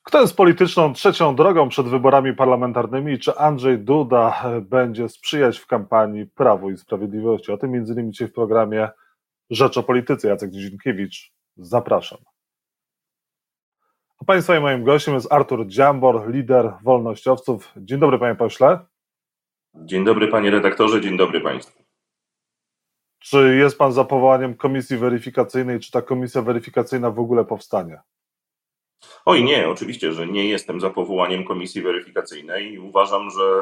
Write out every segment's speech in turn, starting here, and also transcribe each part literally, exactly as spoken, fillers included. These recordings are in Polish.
Kto jest polityczną trzecią drogą przed wyborami parlamentarnymi? Czy Andrzej Duda będzie sprzyjać w kampanii Prawu i Sprawiedliwości? O tym między innymi dzisiaj w programie Rzecz o Polityce. Jacek Nizinkiewicz, zapraszam. A Państwa i moim gościem jest Artur Dziambor, lider wolnościowców. Dzień dobry, panie pośle. Dzień dobry, panie redaktorze, dzień dobry państwu. Czy jest pan za powołaniem komisji weryfikacyjnej? Czy ta komisja weryfikacyjna w ogóle powstanie? Oj nie, oczywiście, że nie jestem za powołaniem komisji weryfikacyjnej i uważam, że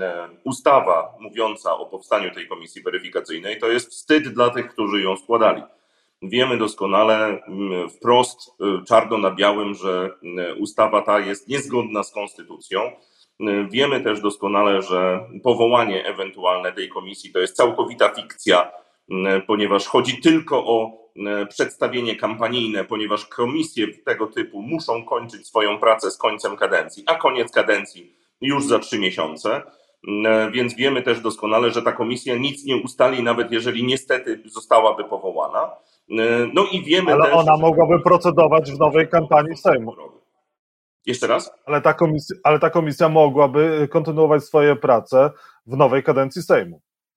ustawa mówiąca o powstaniu tej komisji weryfikacyjnej to jest wstyd dla tych, którzy ją składali. Wiemy doskonale wprost, czarno na białym, że ustawa ta jest niezgodna z konstytucją. Wiemy też doskonale, że powołanie ewentualne tej komisji to jest całkowita fikcja, ponieważ chodzi tylko o przedstawienie kampanijne, ponieważ komisje tego typu muszą kończyć swoją pracę z końcem kadencji, a koniec kadencji już za trzy miesiące, więc wiemy też doskonale, że ta komisja nic nie ustali, nawet jeżeli niestety zostałaby powołana. No i wiemy Ale też, ona że mogłaby procedować w nowej kampanii Sejmu. Jeszcze raz? Ale ta komisja, ale ta komisja mogłaby kontynuować swoje prace w nowej kadencji Sejmu.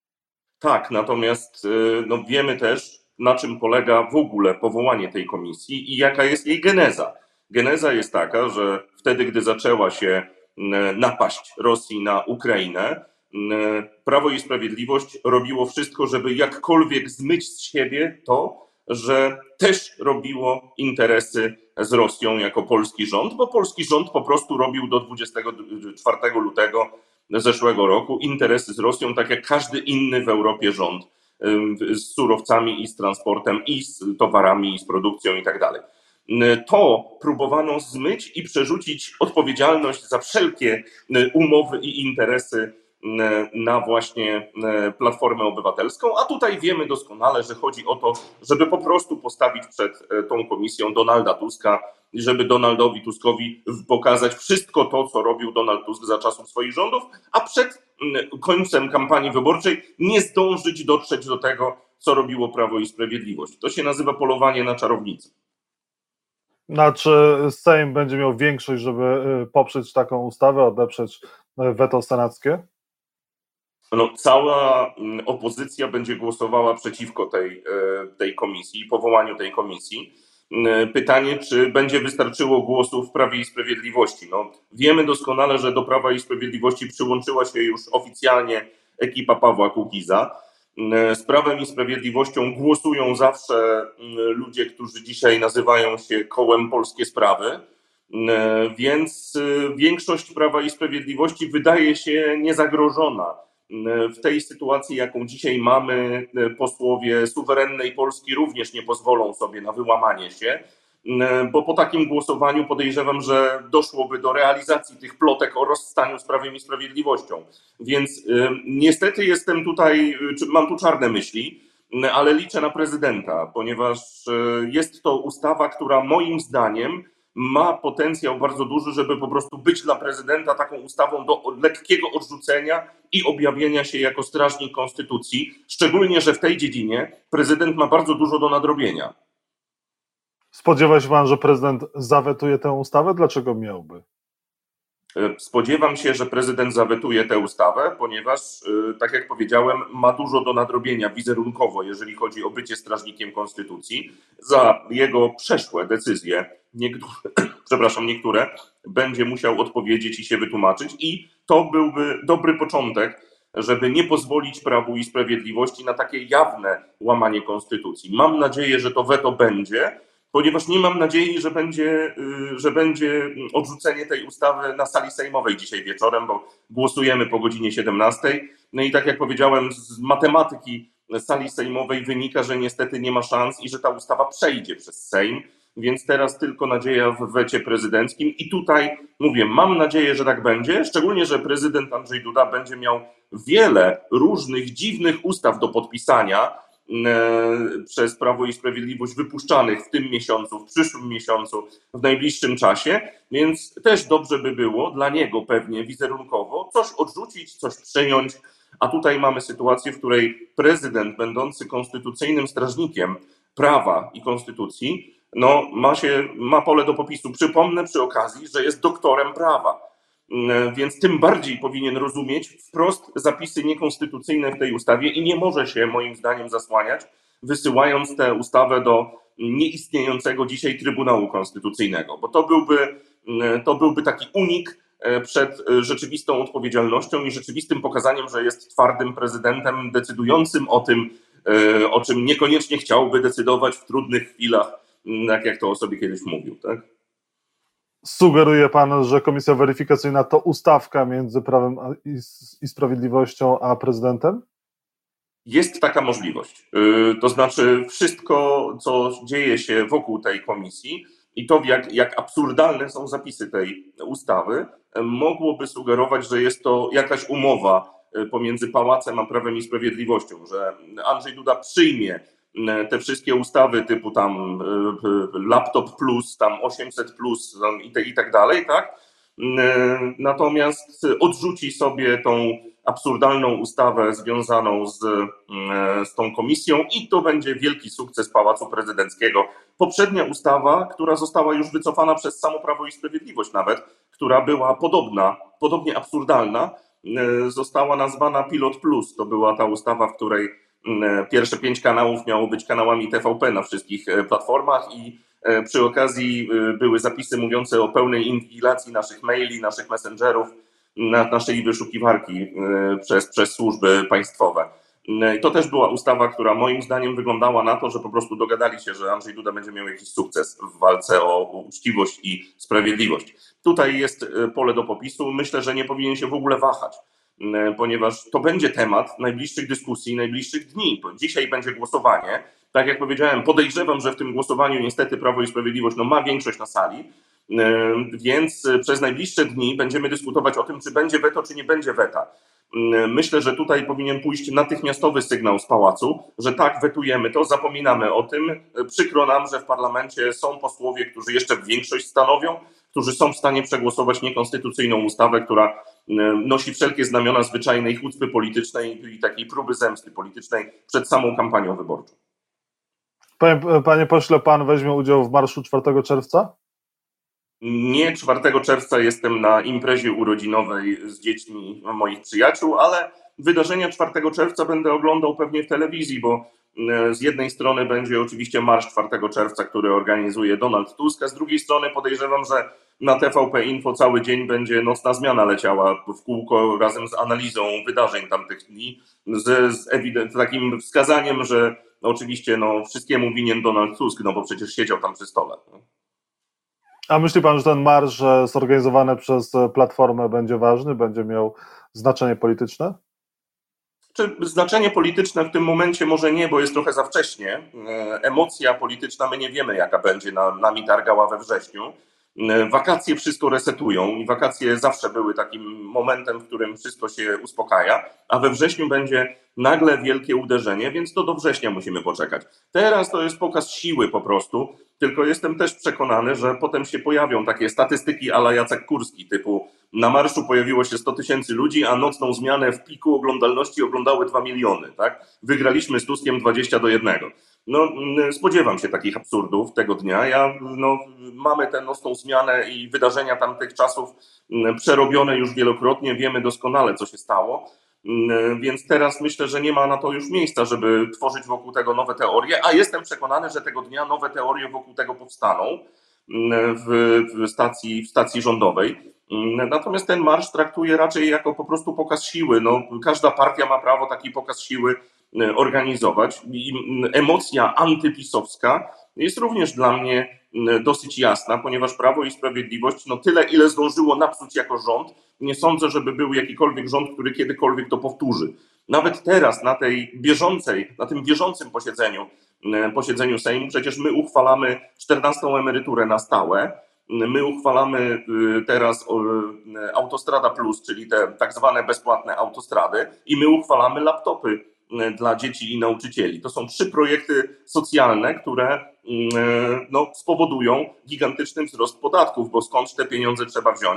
Tak, natomiast no, wiemy też, na czym polega w ogóle powołanie tej komisji i jaka jest jej geneza. Geneza jest taka, że wtedy, gdy zaczęła się napaść Rosji na Ukrainę, Prawo i Sprawiedliwość robiło wszystko, żeby jakkolwiek zmyć z siebie to, że też robiło interesy z Rosją jako polski rząd, bo polski rząd po prostu robił do dwudziestego czwartego lutego zeszłego roku interesy z Rosją, tak jak każdy inny w Europie rząd, z surowcami i z transportem i z towarami i z produkcją i tak dalej. To próbowano zmyć i przerzucić odpowiedzialność za wszelkie umowy i interesy na właśnie Platformę Obywatelską, a tutaj wiemy doskonale, że chodzi o to, żeby po prostu postawić przed tą komisją Donalda Tuska i żeby Donaldowi Tuskowi pokazać wszystko to, co robił Donald Tusk za czasów swoich rządów, a przed końcem kampanii wyborczej nie zdążyć dotrzeć do tego, co robiło Prawo i Sprawiedliwość. To się nazywa polowanie na czarownicę. Znaczy Sejm będzie miał większość, żeby poprzeć taką ustawę, odeprzeć weto senackie? No, cała opozycja będzie głosowała przeciwko tej, tej komisji, powołaniu tej komisji. Pytanie, czy będzie wystarczyło głosów w Prawie i Sprawiedliwości. No, wiemy doskonale, że do Prawa i Sprawiedliwości przyłączyła się już oficjalnie ekipa Pawła Kukiza. Z Prawem i Sprawiedliwością głosują zawsze ludzie, którzy dzisiaj nazywają się kołem Polskie Sprawy, więc większość Prawa i Sprawiedliwości wydaje się niezagrożona. W tej sytuacji, jaką dzisiaj mamy, posłowie suwerennej Polski również nie pozwolą sobie na wyłamanie się, bo po takim głosowaniu podejrzewam, że doszłoby do realizacji tych plotek o rozstaniu z Prawem i Sprawiedliwością. Więc niestety jestem tutaj, mam tu czarne myśli, ale liczę na prezydenta, ponieważ jest to ustawa, która moim zdaniem ma potencjał bardzo duży, żeby po prostu być dla prezydenta taką ustawą do lekkiego odrzucenia i objawienia się jako strażnik konstytucji, szczególnie, że w tej dziedzinie prezydent ma bardzo dużo do nadrobienia. Spodziewa się pan, że prezydent zawetuje tę ustawę? Dlaczego miałby? Spodziewam się, że prezydent zawetuje tę ustawę, ponieważ, tak jak powiedziałem, ma dużo do nadrobienia wizerunkowo, jeżeli chodzi o bycie strażnikiem konstytucji. Za jego przeszłe decyzje, niektóre, przepraszam, niektóre, będzie musiał odpowiedzieć i się wytłumaczyć i to byłby dobry początek, żeby nie pozwolić Prawu i Sprawiedliwości na takie jawne łamanie konstytucji. Mam nadzieję, że to weto będzie, ponieważ nie mam nadziei, że będzie, że będzie odrzucenie tej ustawy na sali sejmowej dzisiaj wieczorem, bo głosujemy po godzinie siedemnastej. No i tak jak powiedziałem, z matematyki sali sejmowej wynika, że niestety nie ma szans i że ta ustawa przejdzie przez Sejm, więc teraz tylko nadzieja w wecie prezydenckim i tutaj mówię, mam nadzieję, że tak będzie, szczególnie, że prezydent Andrzej Duda będzie miał wiele różnych dziwnych ustaw do podpisania, przez Prawo i Sprawiedliwość wypuszczanych w tym miesiącu, w przyszłym miesiącu, w najbliższym czasie, więc też dobrze by było dla niego pewnie wizerunkowo coś odrzucić, coś przyjąć, a tutaj mamy sytuację, w której prezydent będący konstytucyjnym strażnikiem prawa i konstytucji no, ma, się, ma pole do popisu. Przypomnę przy okazji, że jest doktorem prawa, więc tym bardziej powinien rozumieć wprost zapisy niekonstytucyjne w tej ustawie i nie może się moim zdaniem zasłaniać, wysyłając tę ustawę do nieistniejącego dzisiaj Trybunału Konstytucyjnego, bo to byłby, to byłby taki unik przed rzeczywistą odpowiedzialnością i rzeczywistym pokazaniem, że jest twardym prezydentem decydującym o tym, o czym niekoniecznie chciałby decydować w trudnych chwilach, tak jak to o sobie kiedyś mówił, tak? Sugeruje pan, że komisja weryfikacyjna to ustawka między Prawem i Sprawiedliwością a prezydentem? Jest taka możliwość. To znaczy wszystko, co dzieje się wokół tej komisji i to, jak, jak absurdalne są zapisy tej ustawy, mogłoby sugerować, że jest to jakaś umowa pomiędzy Pałacem a Prawem i Sprawiedliwością, że Andrzej Duda przyjmie te wszystkie ustawy typu tam laptop plus, tam osiemset plus i, te, i tak dalej, tak? Natomiast odrzuci sobie tą absurdalną ustawę związaną z, z tą komisją i to będzie wielki sukces Pałacu Prezydenckiego. Poprzednia ustawa, która została już wycofana przez samo Prawo i Sprawiedliwość nawet, która była podobna, podobnie absurdalna, została nazwana Pilot Plus. To była ta ustawa, w której pierwsze pięć kanałów miało być kanałami T V P na wszystkich platformach i przy okazji były zapisy mówiące o pełnej inwigilacji naszych maili, naszych messengerów, naszej wyszukiwarki przez, przez służby państwowe. I to też była ustawa, która moim zdaniem wyglądała na to, że po prostu dogadali się, że Andrzej Duda będzie miał jakiś sukces w walce o uczciwość i sprawiedliwość. Tutaj jest pole do popisu. Myślę, że nie powinien się w ogóle wahać, ponieważ to będzie temat najbliższych dyskusji, najbliższych dni. Dzisiaj będzie głosowanie. Tak jak powiedziałem, podejrzewam, że w tym głosowaniu niestety Prawo i Sprawiedliwość no, ma większość na sali, więc przez najbliższe dni będziemy dyskutować o tym, czy będzie weto, czy nie będzie weta. Myślę, że tutaj powinien pójść natychmiastowy sygnał z pałacu, że tak, wetujemy to, zapominamy o tym. Przykro nam, że w parlamencie są posłowie, którzy jeszcze większość stanowią, którzy są w stanie przegłosować niekonstytucyjną ustawę, która nosi wszelkie znamiona zwyczajnej chucpy politycznej i takiej próby zemsty politycznej przed samą kampanią wyborczą. Panie, panie pośle, pan weźmie udział w marszu czwartego czerwca? Nie, czwartego czerwca jestem na imprezie urodzinowej z dziećmi moich przyjaciół, ale wydarzenia czwartego czerwca będę oglądał pewnie w telewizji, bo z jednej strony będzie oczywiście marsz czwartego czerwca, który organizuje Donald Tusk, a z drugiej strony podejrzewam, że na T V P Info cały dzień będzie nocna zmiana leciała w kółko razem z analizą wydarzeń tamtych dni, z, z ewident, takim wskazaniem, że oczywiście no, wszystkiemu winien Donald Tusk, no bo przecież siedział tam przy stole. A myśli pan, że ten marsz zorganizowany przez Platformę będzie ważny, będzie miał znaczenie polityczne? Czy znaczenie polityczne w tym momencie może nie, bo jest trochę za wcześnie. Emocja polityczna, my nie wiemy, jaka będzie nami targała we wrześniu. Wakacje wszystko resetują i wakacje zawsze były takim momentem, w którym wszystko się uspokaja, a we wrześniu będzie nagle wielkie uderzenie, więc to do września musimy poczekać. Teraz to jest pokaz siły po prostu, tylko jestem też przekonany, że potem się pojawią takie statystyki a la Jacek Kurski, typu na marszu pojawiło się sto tysięcy ludzi, a nocną zmianę w piku oglądalności oglądały dwa miliony, tak? Wygraliśmy z Tuskiem dwadzieścia do jednego. No, spodziewam się takich absurdów tego dnia. Ja, no, mamy tę nocną zmianę i wydarzenia tamtych czasów przerobione już wielokrotnie, wiemy doskonale, co się stało, więc teraz myślę, że nie ma na to już miejsca, żeby tworzyć wokół tego nowe teorie, a jestem przekonany, że tego dnia nowe teorie wokół tego powstaną w, w, stacji, w stacji rządowej. Natomiast ten marsz traktuję raczej jako po prostu pokaz siły. No, każda partia ma prawo taki pokaz siły organizować. I emocja antypisowska jest również dla mnie dosyć jasna, ponieważ Prawo i Sprawiedliwość, no tyle ile zdążyło napsuć jako rząd, nie sądzę, żeby był jakikolwiek rząd, który kiedykolwiek to powtórzy. Nawet teraz na tej bieżącej, na tym bieżącym posiedzeniu, posiedzeniu Sejmu przecież my uchwalamy czternastą emeryturę na stałe. My uchwalamy teraz Autostrada Plus, czyli te tak zwane bezpłatne autostrady i my uchwalamy laptopy dla dzieci i nauczycieli. To są trzy projekty socjalne, które no, spowodują gigantyczny wzrost podatków, bo skąd te pieniądze trzeba wziąć?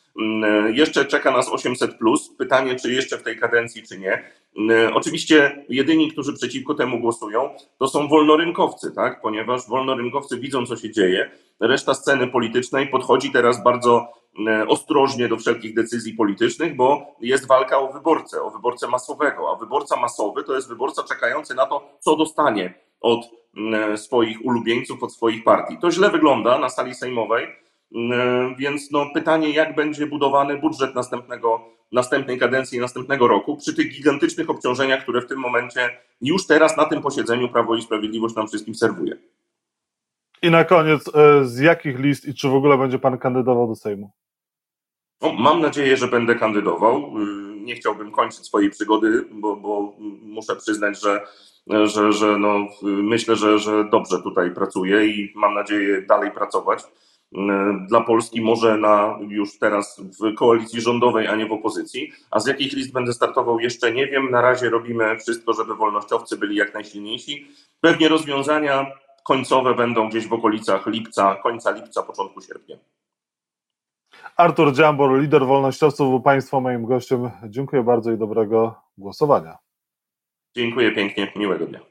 Jeszcze czeka nas osiemset plus. Pytanie, czy jeszcze w tej kadencji, czy nie. Oczywiście jedyni, którzy przeciwko temu głosują, to są wolnorynkowcy, tak? Ponieważ wolnorynkowcy widzą, co się dzieje. Reszta sceny politycznej podchodzi teraz bardzo ostrożnie do wszelkich decyzji politycznych, bo jest walka o wyborcę, o wyborcę masowego, a wyborca masowy to jest wyborca czekający na to, co dostanie od swoich ulubieńców, od swoich partii. To źle wygląda na sali sejmowej, więc no pytanie, jak będzie budowany budżet następnego, następnej kadencji, następnego roku przy tych gigantycznych obciążeniach, które w tym momencie już teraz na tym posiedzeniu Prawo i Sprawiedliwość nam wszystkim serwuje. I na koniec, z jakich list i czy w ogóle będzie pan kandydował do Sejmu? No, mam nadzieję, że będę kandydował. Nie chciałbym kończyć swojej przygody, bo, bo muszę przyznać, że, że, że no, myślę, że, że dobrze tutaj pracuję i mam nadzieję dalej pracować dla Polski, może na już teraz w koalicji rządowej, a nie w opozycji. A z jakich list będę startował, jeszcze nie wiem. Na razie robimy wszystko, żeby wolnościowcy byli jak najsilniejsi. Pewnie rozwiązania końcowe będą gdzieś w okolicach lipca, końca lipca, początku sierpnia. Artur Dziambor, lider wolnościowców, był Państwa moim gościem. Dziękuję bardzo i dobrego głosowania. Dziękuję pięknie, miłego dnia.